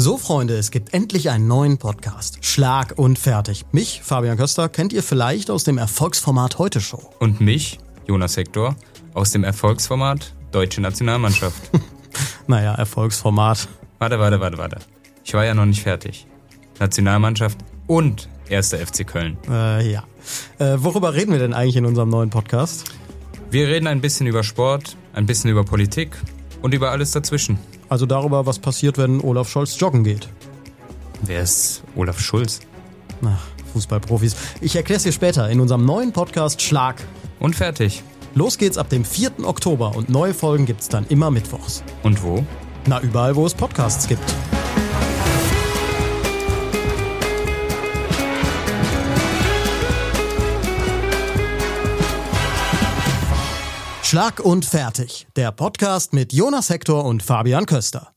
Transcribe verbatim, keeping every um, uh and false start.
So Freunde, es gibt endlich einen neuen Podcast. Schlag und fertig. Mich, Fabian Köster, kennt ihr vielleicht aus dem Erfolgsformat Heute Show. Und mich, Jonas Hector, aus dem Erfolgsformat Deutsche Nationalmannschaft. Naja, Erfolgsformat. Warte, warte, warte, warte. Ich war ja noch nicht fertig. Nationalmannschaft und erster F C Köln. Äh, ja. Äh, worüber reden wir denn eigentlich in unserem neuen Podcast? Wir reden ein bisschen über Sport, ein bisschen über Politik und über alles dazwischen. Also darüber, was passiert, wenn Olaf Scholz joggen geht. Wer ist Olaf Schulz? Ach, Fußballprofis. Ich erkläre es dir später in unserem neuen Podcast Schlag. Und fertig. Los geht's ab dem vierten Oktober und neue Folgen gibt's dann immer mittwochs. Und wo? Na, überall, wo es Podcasts gibt. Schlag und fertig. Der Podcast mit Jonas Hector und Fabian Köster.